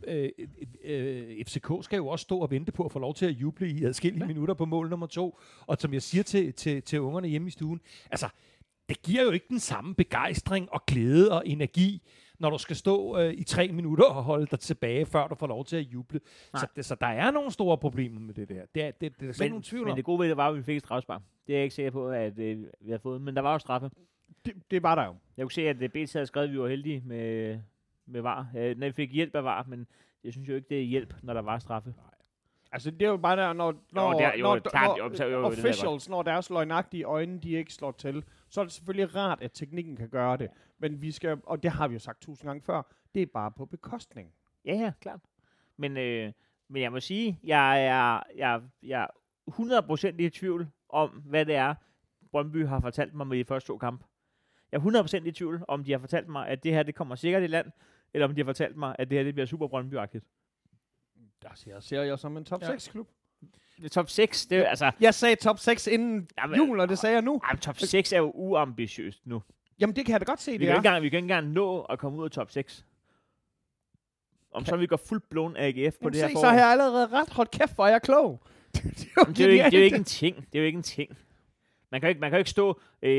FCK skal jo også stå og vente på at få lov til at juble i adskillige minutter på mål nummer 2. Og som jeg siger til ungerne hjemme i stuen, altså, det giver jo ikke den samme begejstring og glæde og energi, når du skal stå i 3 minutter og holde dig tilbage, før du får lov til at juble. Så der er nogle store problemer med det der. Det er slet nogen tvivl om. Men det gode ved det var, at vi fik et strafspark. Det er jeg ikke sikker på, at vi har fået. Men der var jo straffe. Det var der jo. Jeg kunne se, at BT havde skrevet, at vi var heldige med VAR. Når vi fik hjælp af VAR, men jeg synes jo ikke, det er hjælp, når der var straffe. Altså, det er jo bare der, når officials, når deres løgnagtige øjne, de ikke slår til, så er det selvfølgelig rart, at teknikken kan gøre det. Men vi skal, og det har vi jo sagt 1000 gange før, det er bare på bekostning. Ja, klart. Men jeg må sige, jeg er 100% i tvivl om, hvad det er, Brøndby har fortalt mig med de første 2 kampe. Jeg er 100% i tvivl, om de har fortalt mig, at det her, det kommer sikkert i land, eller om de har fortalt mig, at det her, det bliver super Brøndby-agtigt. Der ser jeg som en top 6-klub. Top 6, det er altså... Jeg sagde top 6 inden jul, og det sagde jeg nu. Jamen, top 6 er jo uambitiøst nu. Jamen, det kan jeg da godt se, Vi kan ikke engang nå at komme ud af top 6. Så vi går fuldt blown AGF på det her forår. Så har jeg allerede ret. Hold kæft, hvor er jeg klog. Det er jo ikke en ting. Det er jo ikke en ting. Man kan jo ikke stå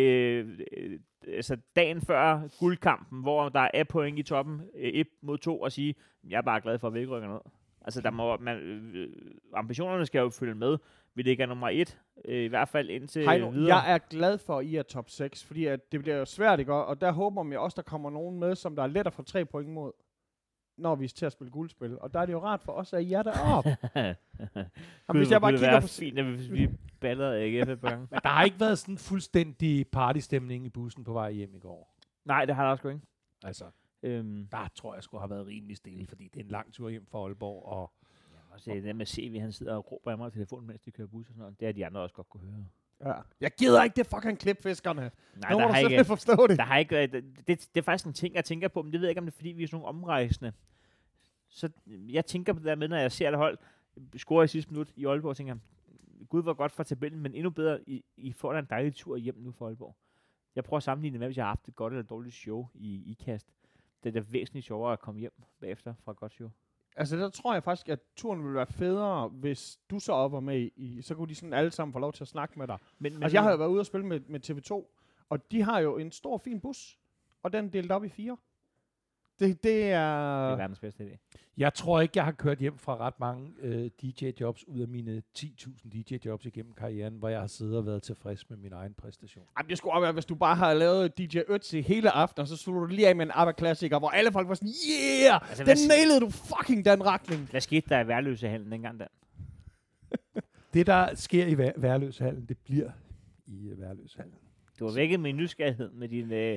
altså dagen før guldkampen, hvor der er point i toppen, 1 mod 2, og sige, jeg er bare glad for, at vi ikke rykker ned. Altså, ambitionerne skal jo følge med. Vi ligger nummer 1, i hvert fald indtil videre. Jeg er glad for, at I er top 6, fordi at det bliver jo svært, ikke? Og der håber jeg også, der kommer nogen med, som der er let at få 3 point mod, når vi er til at spille guldspil. Og der er det jo rart for os, at I er deroppe. Hvis jeg bare kigger på... fint, hvis vi baller AGF et par gange. Men der har ikke været sådan en fuldstændig partystemning i bussen på vej hjem i går. Nej, det har der også ikke. Altså, der tror jeg skulle have været rimelig stille, fordi det er en lang tur hjem fra Aalborg. Og det med CV, han sidder og råber af mig på telefonen, mens de kører bus og sådan noget. Det har de andre også godt kunne høre. Ja. Jeg gider ikke det fucking klipfiskerne. Nej, der har ikke forstå det. Der har ikke det er faktisk en ting, jeg tænker på, men det ved jeg ikke, om det er, fordi vi er sådan nogle omrejsende. Så jeg tænker på det der med, når jeg ser det hold score i sidste minut i Aalborg, og tænker, Gud var godt for tabellen, men endnu bedre, I får da en dejlig tur hjem nu for Aalborg. Jeg prøver at sammenligne med, hvis jeg har haft et godt eller dårligt show i IKAST. Det er da væsentligt sjovere at komme hjem bagefter fra et godt show. Altså, der tror jeg faktisk, at turen ville være federe, hvis du så op og med i, så kunne de sådan alle sammen få lov til at snakke med dig. Men altså, jeg har jo været ude og spille med TV2, og de har jo en stor, fin bus, og den er delt op i 4. Det er verdens bedste idé. Jeg tror ikke, jeg har kørt hjem fra ret mange DJ-jobs ud af mine 10.000 DJ-jobs igennem karrieren, hvor jeg har siddet og været tilfreds med min egen præstation. Jamen, det skulle også være, hvis du bare har lavet DJ Ötzi hele aften, og så slutter du lige af med en ABBA-klassiker, hvor alle folk var sådan, yeah! Altså, den nailede du fucking, Dan Rachlin! Hvad skete der i Værløsehallen dengang, Dan? Det, der sker i Værløsehallen, det bliver i Værløsehallen. Du var vækket med nysgerrighed med din...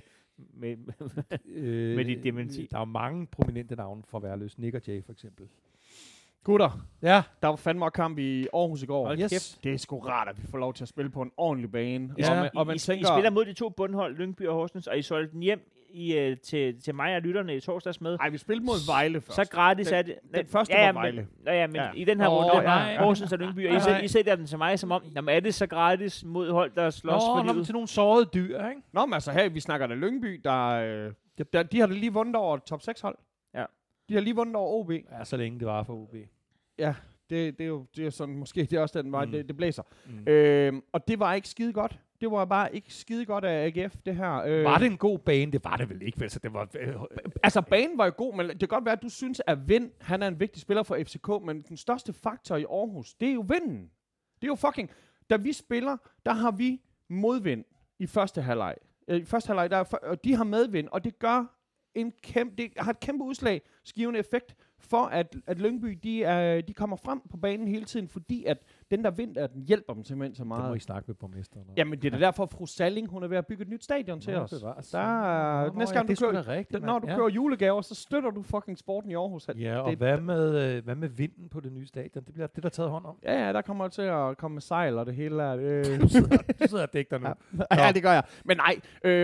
med dit dementi. Der er mange prominente navne fra Værløs. Nick og Jay for eksempel. Gutter, ja, der var fandme kamp i Aarhus i går. Yes. Det er sgu rart, at vi får lov til at spille på en ordentlig bane. Ja. Og man tænker, I spiller mod de 2 bundhold, Lyngby og Horsens, og I solgte den hjem til mig og lytterne i torsdags med. Nej, vi spillede mod Vejle først. Så gratis er det. Den første var Vejle. Men i den her runde, Horsens og Lyngby, og I sætter den til mig som om, jamen er det så gratis mod hold, der slås for livet? Til nogle sårede dyr, ikke? Nå, men altså her, vi snakker da Lyngby, de har da lige vundet over top 6 hold. Ja. De har lige vundet over OB. Ja, så længe det var for OB. Ja, det er sådan, måske det er også den vej, det blæser. Og det var ikke skide godt. Det var bare ikke skide godt af AGF, det her. Var det en god bane? Det var det vel ikke, altså det var... Altså, banen var jo god, men det kan godt være, at du synes, at Vind, han er en vigtig spiller for FCK, men den største faktor i Aarhus, det er jo vinden. Det er jo fucking... Da vi spiller, der har vi modvind i første halvleg. I første halvleg, og de har medvind, og det gør det har et kæmpe udslag, skivende effekt, for at Lyngby, de kommer frem på banen hele tiden, fordi at den der vind, den hjælper dem simpelthen så meget. Det må I snakke med borgmesteren. Jamen, det er derfor, at fru Salling, hun er ved at bygge et nyt stadion til os. Næste gang når du kører julegaver, så støtter du fucking sporten i Aarhus. Ja, og hvad med vinden på det nye stadion? Det bliver der taget hånd om. Ja, der kommer til at komme med sejl og det hele der. Du sidder og dækker nu. Ja, det gør jeg. Men nej,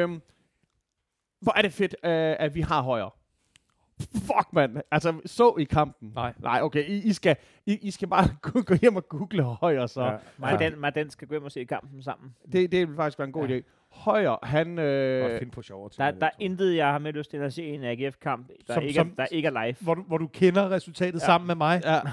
hvor er det fedt, at vi har Højer. Fuck, mand. Altså, så i kampen. Nej, okay. I skal bare gå hjem og google Højer, så. Ja. Martin skal gå hjem og se kampen sammen. Det vil faktisk være en god idé. Højer, han... finde på sjovere ting. Der er intet, jeg har med lyst til at se en AGF-kamp, der ikke er live. Hvor du kender resultatet sammen med mig. Ja.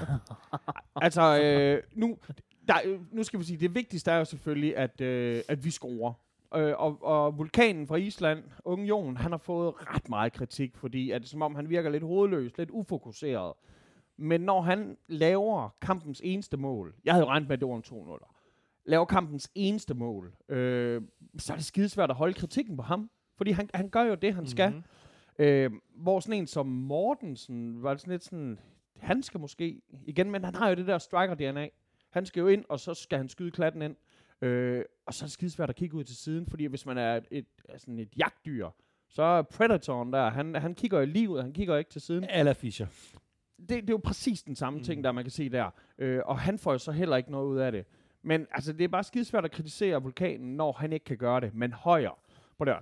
Altså, nu skal vi sige, det vigtigste er jo selvfølgelig, at vi scorer. Og vulkanen fra Island, unge Jon, han har fået ret meget kritik, fordi at det er som om, han virker lidt hovedløs, lidt ufokuseret. Men når han laver kampens eneste mål, jeg havde jo regnet med, at det var en 2-0'er, laver kampens eneste mål, så er det skidesvært at holde kritikken på ham, fordi han gør jo det, han skal. Hvor sådan en som Mortensen var sådan lidt sådan, han skal måske igen, men han har jo det der striker-DNA. Han skal jo ind, og så skal han skyde klatten ind. Og så er det skidesvært at kigge ud til siden, fordi hvis man er et jagtdyr, så er Predatoren der, han kigger i livet, han kigger ikke til siden. Eller Fischer. Det er jo præcis den samme ting, der man kan se der. Og han får jo så heller ikke noget ud af det. Men altså, det er bare skidesvært at kritisere vulkanen, når han ikke kan gøre det. Men Højer, på der.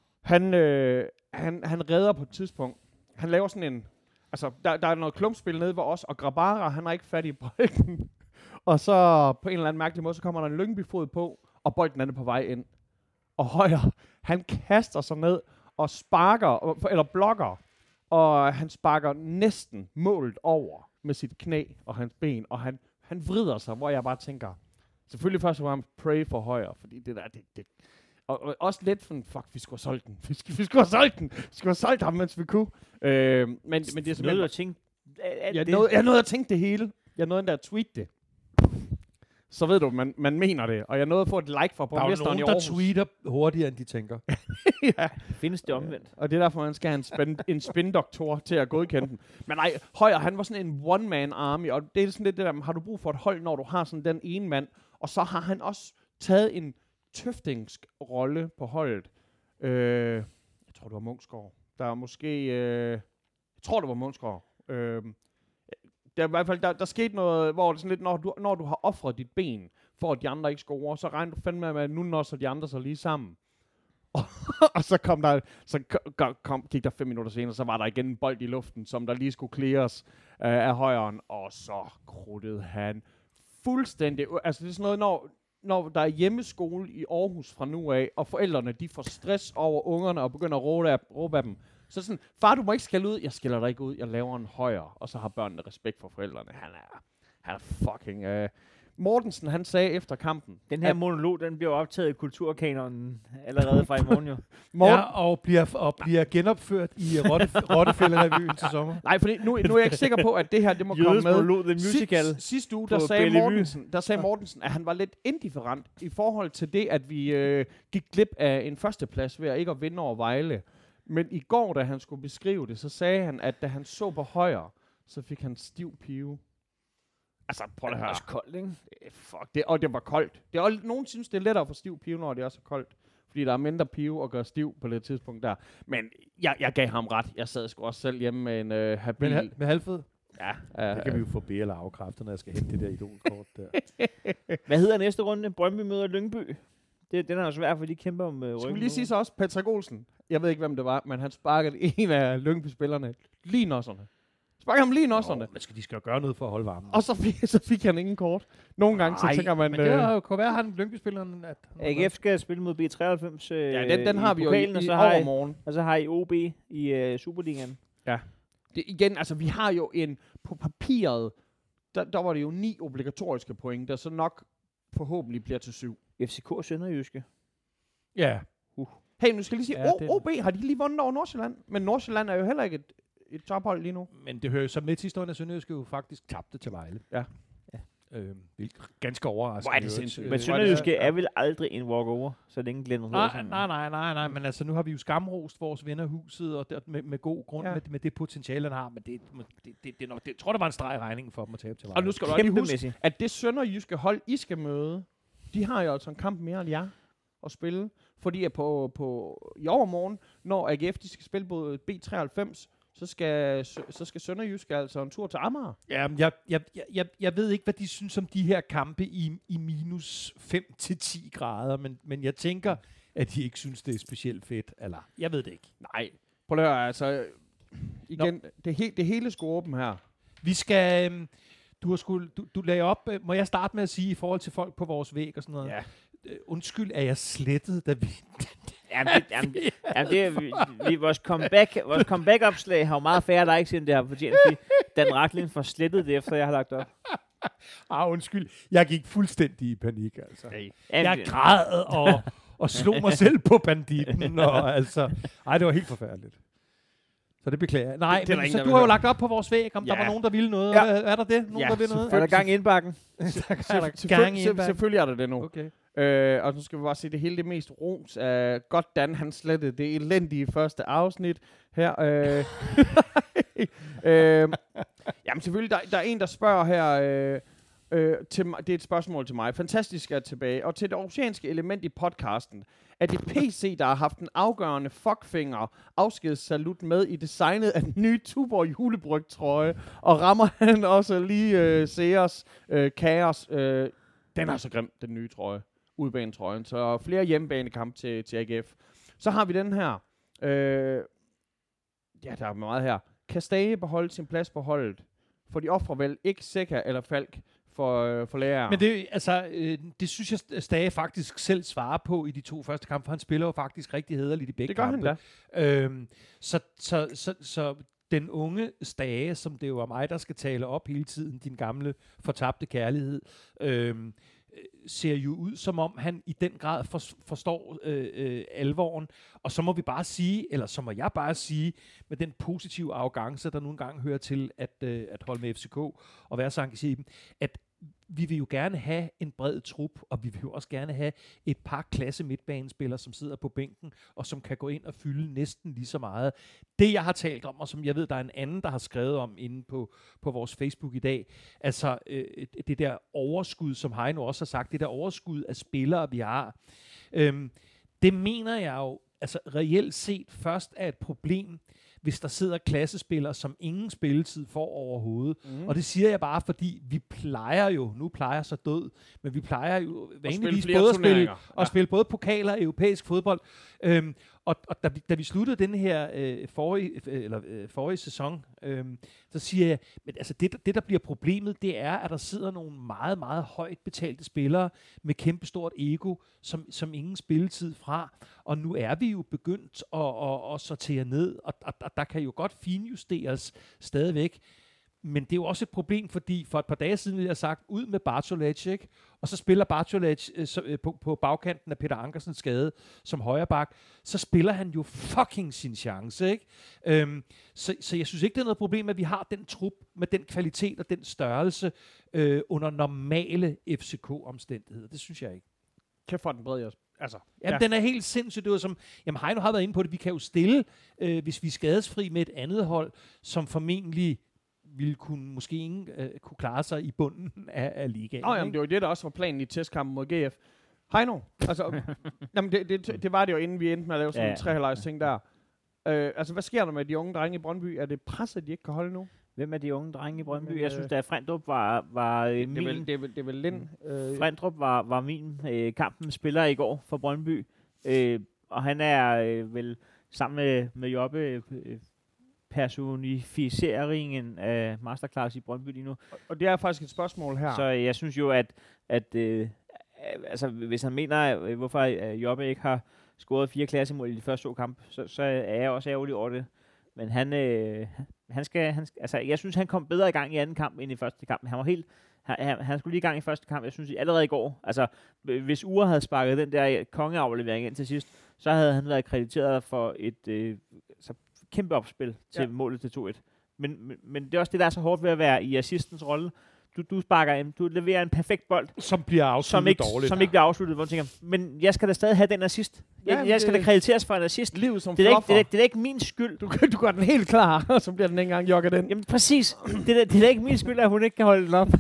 Han redder på et tidspunkt. Han laver sådan en... Altså, der er noget klumpspil nede ved os, og Grabara, han er ikke fat i bolden. Og så på en eller anden mærkelig måde, så kommer der en Lyngby-fod på, og bolden er på vej ind. Og Højer, han kaster sig ned og sparker, eller blokker, og han sparker næsten målet over med sit knæ og hans ben, og han vrider sig, hvor jeg bare tænker, selvfølgelig først og fremmest pray for Højer, fordi det der, det og også lidt for, fuck, vi skulle have solgt den. Vi skulle have solgt ham, mens vi kunne. Men det er simpelthen... Noget at tænke... Jeg nåede at tænke det hele. Jeg nåede endda at tweete det. Så ved du, man mener det. Og jeg nåede at få et like fra borgmesteren i Aarhus. Der er nogen, der tweeter hurtigere, end de tænker. Ja. Findes det omvendt? Og det er derfor, man skal have en spindoktor til at godkende den. Men nej, Højer, han var sådan en one-man army. Og det er sådan lidt det der, har du brug for et hold, når du har sådan den ene mand. Og så har han også taget en tøftingsk rolle på holdet. Jeg tror, det var Munksgaard. Der er måske... jeg tror, det var Munksgaard. Der, i hvert fald, der skete noget, hvor det sådan lidt, når du har offret dit ben, for at de andre ikke scorer, så regner du fandme med, at nu når så de andre så lige sammen. Og så gik der 5 minutter senere, så var der igen en bold i luften, som der lige skulle clears af Højeren, og så kruttede han fuldstændig. Altså det er sådan noget, når der er hjemmeskole i Aarhus fra nu af, og forældrene de får stress over ungerne og begynder at råbe af dem. Så sådan, far, du må ikke skælde ud. Jeg skælder dig ikke ud. Jeg laver en Højer. Og så har børnene respekt for forældrene. Han er fucking... Mortensen, han sagde efter kampen... Den her monolog, den bliver optaget i kulturkanonen allerede fra i morgen jo. Ja, og bliver genopført i Rottefællerevyen til sommer. Nej, fordi nu er jeg ikke sikker på, at det her det må komme med. Monolog, the musical. Sidste uge, der sagde Mortensen, at han var lidt indifferent i forhold til det, at vi gik glip af en førsteplads ved at ikke at vinde over Vejle. Men i går, da han skulle beskrive det, så sagde han, at da han så på Højer, så fik han stiv pive. Altså, prøv at høre. Det er også koldt, ikke? Og det var koldt. Nogen synes, det er lettere at få stiv pive, når det er så koldt. Fordi der er mindre pive at gøre stiv på det tidspunkt der. Men jeg gav ham ret. Jeg sad sgu også selv hjemme med en habil. Med halvfed? Ja. Det kan vi jo få B eller afkræfte, når jeg skal hente det der idolkort der. Hvad hedder næste runde? Brøndby møder Lyngby. Den er jo svær, for de kæmper om ryggen. Skal vi lige sige så også Patrick Olsen? Jeg ved ikke, hvem det var, men han sparkede en af Lyngby-spillerne lige nosserne. Sparkede ham lige nosserne. Men de skal jo gøre noget for at holde varmen. Og så fik han ingen kort. Nogle gange så tænker man... Men det kunne være, han Lyngby-spilleren... AGF skal spille mod B93 den har vi jo i overmorgen. Og så har I OB i Superligaen. Ja. Det, igen, altså vi har jo på papiret, der var det jo 9 obligatoriske point, der så nok forhåbentlig bliver til 7. FCK Sønderjyske. Ja. Hey, nu skal jeg lige sige, OB har de lige vundet over Nordsjælland, men Nordsjælland er jo heller ikke et tophold lige nu. Men det hører jo så med til historien, at Sønderjyske jo faktisk tabte til Vejle. Ja. Ganske overraskende. Hvor er det sindssygt. Men Sønderjyske er vel aldrig en walkover, så længe Glenn Rådsen. Nej, men altså nu har vi jo skamrost vores venner huset, og med god grund med det potentiale, han har, men det tror, der var en streg i regningen for dem at tabe til Vejle. Og nu skal du lige huske, at det Sønderjyske hold, I skal møde, de har jo altså en kamp mere end jer at spille, fordi at i overmorgen, når AGF de skal spille på B93, så skal Sønderjysk altså en tur til Amager. Ja, jeg ved ikke, hvad de synes om de her kampe i minus 5-10 grader, men jeg tænker, at de ikke synes, det er specielt fedt. Eller, jeg ved det ikke. Nej. Prøv at høre, altså, igen, det hele skulle åbent her. Vi skal... Du lagde op... Må jeg starte med at sige, i forhold til folk på vores væg og sådan noget? Ja. Undskyld, er jeg slettet, da vi... Vores comeback-opslag har jo meget færre likes, end det har fortjent, fordi Dan Rachlin får slettet det, efter jeg har lagt op. Undskyld. Jeg gik fuldstændig i panik, altså. Hey. Jeg græd og slog mig selv på banditten. Og altså, det var helt forfærdeligt. Så det beklager jeg. Nej, det men så du har jo lagt op på vores væg, om der var nogen, der ville noget. Ja. Er der det? Nogen, der vil noget? Er der gang i indbakken? Selvfølgelig er der det nu. Okay. Og nu skal vi bare sige, det hele det mest ros af Goddan, han slettede det elendige første afsnit her. Jamen selvfølgelig, der er en, der spørger her, det er et spørgsmål til mig. Fantastisk at tilbage. Og til det oceanske element i podcasten, er det PC, der har haft en afgørende fuckfinger afskedssalut med i designet af den nye Tuborg julebryg-trøje, og rammer han også lige Sears Kaos. Den er så grim, den nye trøje. Udbanetrøjen. Så flere hjemmebanekamp til AGF. Så har vi den her. Der er meget her. Kan Stage beholde sin plads på holdet? For de offrer vel ikke Seca eller Falk for lærer. Men det, det synes jeg Stage faktisk selv svarer på i de 2 første kampe, for han spiller jo faktisk rigtig hæderligt i begge kampe. Det gør han da. Så den unge Stage, som det jo er mig, der skal tale op hele tiden, din gamle fortabte kærlighed, ser jo ud, som om han i den grad forstår alvoren. Og så må vi bare sige, eller så må jeg bare sige, med den positive arrogance, der nogle gange hører til at holde med FCK og være så engageret i dem, at vi vil jo gerne have en bred trup, og vi vil jo også gerne have et par klasse midtbanespillere, som sidder på bænken, og som kan gå ind og fylde næsten lige så meget. Det, jeg har talt om, og som jeg ved, der er en anden, der har skrevet om inde på vores Facebook i dag, altså det der overskud, som Heino også har sagt, det der overskud af spillere, vi har, det mener jeg jo, altså reelt set først er et problem, hvis der sidder klassespillere, som ingen spilletid får overhovedet. Og det siger jeg bare, fordi vi plejer jo, nu plejer så død, men vi plejer jo vanligvis både at spille både pokaler og europæisk fodbold. Og da vi sluttede den her forrige sæson, så siger jeg, men altså det der bliver problemet, det er, at der sidder nogle meget, meget højt betalte spillere med kæmpestort ego, som ingen spilletid fra. Og nu er vi jo begyndt at sortere ned, og der kan jo godt finjusteres stadigvæk. Men det er jo også et problem, fordi for et par dage siden ville jeg have sagt, ud med Bartolacci, ikke? Og så spiller Bartolacci på bagkanten af Peter Ankersens skade som højreback, så spiller han jo fucking sin chance, ikke? Så jeg synes ikke, det er noget problem, at vi har den trup med den kvalitet og den størrelse under normale FCK-omstændigheder. Det synes jeg ikke. Kæft for den brede, altså. Jamen, den er helt sindssygt. Det var som, Heino har været inde på det, vi kan jo stille, hvis vi er skadesfri med et andet hold, som formentlig ville måske ingen kunne klare sig i bunden af ligaen. Jamen, det var det, der også var planen i testkampen mod GF. Heino, altså, jamen, det var det jo, inden vi endte med at lave sådan en trehalvlejs ting der. Altså, hvad sker der med de unge drenge i Brøndby? Er det presset, de ikke kan holde nu? Hvem er de unge drenge i Brøndby? Jeg synes, at Frendrup var min... Det er vel Lind. Frendrup var min kampens spiller i går for Brøndby. Og han er vel sammen med Jobbe personificeringen af masterclass i Brøndby lige nu. Og det er faktisk et spørgsmål her. Så jeg synes jo, at altså, hvis han mener, hvorfor Jobbe ikke har scoret 4 klassemål i de første 2 kampe, så er jeg også ærgerlig over det. Men han skal, altså, jeg synes, han kom bedre i gang i anden kamp end i første kamp. Han var helt, han skulle lige i gang i første kamp. Jeg synes allerede i går, altså hvis Ure havde sparket den der kongeaflevering ind til sidst, så havde han været krediteret for et kæmpe opspil til målet til 2-1. Men det er også det, der er så hårdt ved at være i assistens rolle. Du leverer en perfekt bold, som bliver afsluttet dårligt. Som ikke bliver afsluttet, hvor du tænker, men jeg skal da stadig have den assist. Jeg skal da krediteres for en assist. Livet som det er da ikke min skyld. Du gør den helt klar, og så bliver den ikke engang jogget den. Jamen præcis. Det er da ikke min skyld, at hun ikke kan holde den op.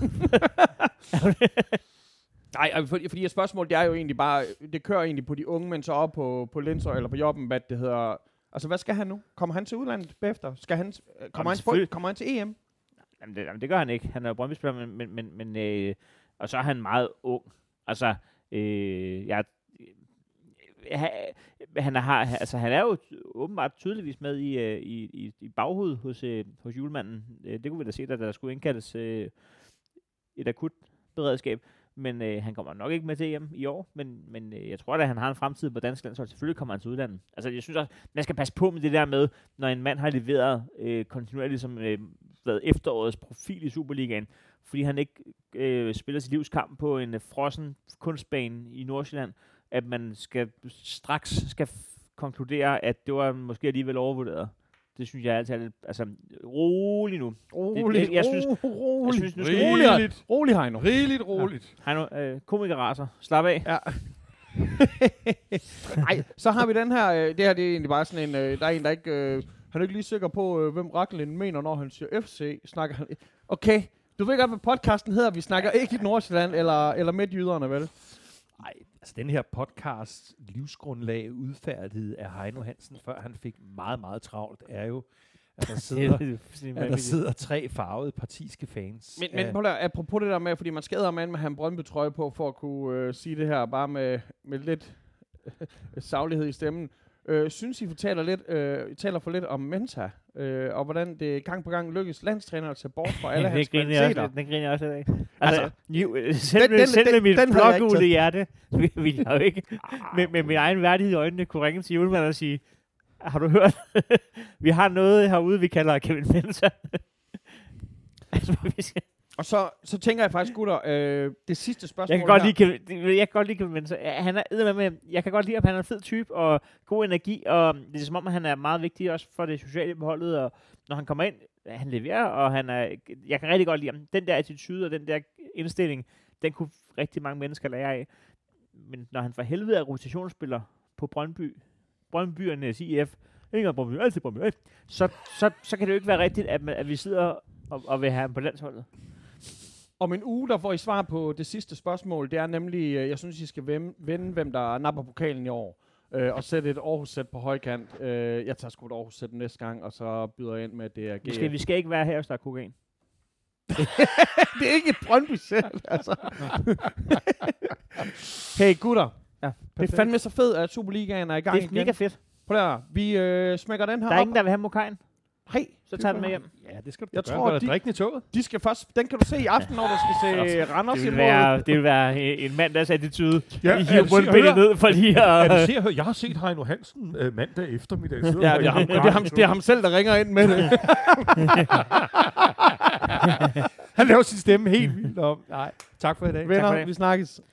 Nej, fordi spørgsmålet, det er jo egentlig bare, det kører egentlig på de unge, men så op på Lindsøj, eller på Jobben, hvad det hedder. Altså, hvad skal han nu? Kommer han til udlandet bagefter? Kommer han til EM? Jamen, det gør han ikke. Han er jo Brøndby-spiller, men og så er han meget ung. Altså, han er jo åbenbart tydeligvis med i baghovedet hos julemanden. Det kunne vi da se, da der skulle indkaldes et akut beredskab. Men han kommer nok ikke med til EM i år, men jeg tror at han har en fremtid på dansk landshold. Selvfølgelig kommer han til udlandet. Altså, jeg synes også, man skal passe på med det der med, når en mand har leveret kontinuerligt som efterårets profil i Superligaen, fordi han ikke spiller sit livskamp på en frossen kunstbane i Nordsjælland, at man straks skal konkludere, at det var måske alligevel overvurderet. Det synes jeg altid er lidt, altså, rolig nu. Roligt, Jeg synes, nu skal roligt, Heino. Rigeligt roligt. Heino, komikerraser, slap af. Ja. Nej, så har vi den her, det her det er egentlig bare sådan en, der er en, der ikke, han er ikke lige sikker på, hvem Racklin mener, når han siger FC, snakker han, okay, du ved godt, hvad podcasten hedder, vi snakker ikke i Nordsjælland eller midtjyderne, vel? Nej, altså den her podcast livsgrundlag udfærdighed af Heino Hansen, før han fik meget, meget travlt, er jo, at der sidder 3 farvede partiske fans. Men prøv at, apropos det der med, fordi man skader med at have en Brøndby-trøje på, for at kunne sige det her, bare med lidt saglighed i stemmen. Synes I taler for lidt om Mensa, og hvordan det gang på gang lykkes landstræner at tage bort fra alle hans kvaliteter? Den griner jeg også lidt af. Altså, selv med mit blågule hjerte, vil jeg jo ikke med min egen værdighed i øjnene kunne ringe til Julemand og sige, har du hørt? Vi har noget herude, vi kalder Kevin Mensa. Og så tænker jeg faktisk, gutter, det sidste spørgsmål jeg kan godt lide Kevin Mensa. Han er med. Jeg kan godt lide, at han er en fed type og god energi, og det er som om, at han er meget vigtig også for det sociale på holdet, og når han kommer ind, han leverer, og jeg kan rigtig godt lide ham. Den der attitude og den der indstilling, den kunne rigtig mange mennesker lære af. Men når han for helvede er rotationsspiller på Brøndbyernes IF, ikke Brøndby, altid Brøndby, så kan det jo ikke være rigtigt, at vi sidder og vil have ham på landsholdet. Om en uge, der får I svar på det sidste spørgsmål. Det er nemlig, jeg synes, I skal vende, hvem der napper pokalen i år. Og sætte et Aarhus-sæt på højkant. Jeg tager sgu et Aarhus-sæt næste gang, og så byder jeg ind med, at det er GF. Vi skal ikke være her, hvis der er kokain. Det er ikke et Brøndby-sæt, altså. Hey, gutter. Ja, det er fandme så fedt, at Superligaen er i gang igen. Det er mega fedt. Prøv at vi smækker den her op. Der er ingen, der vil have mokajen. Hey, så tager den med hjem. Ja, det skal du jeg gøre. Tror, drikke i toget. De skal først, den kan du se i aften, når der skal se Randers det vil være en mandags attitude. Ja, I hiver mundbindet ned for lige at... Jeg har set Heino Hansen mandag eftermiddag. Ja, det er ham selv, der ringer ind med det. Han laver sin stemme helt vildt om. Nej, tak for i dag. Venner, vi snakkes.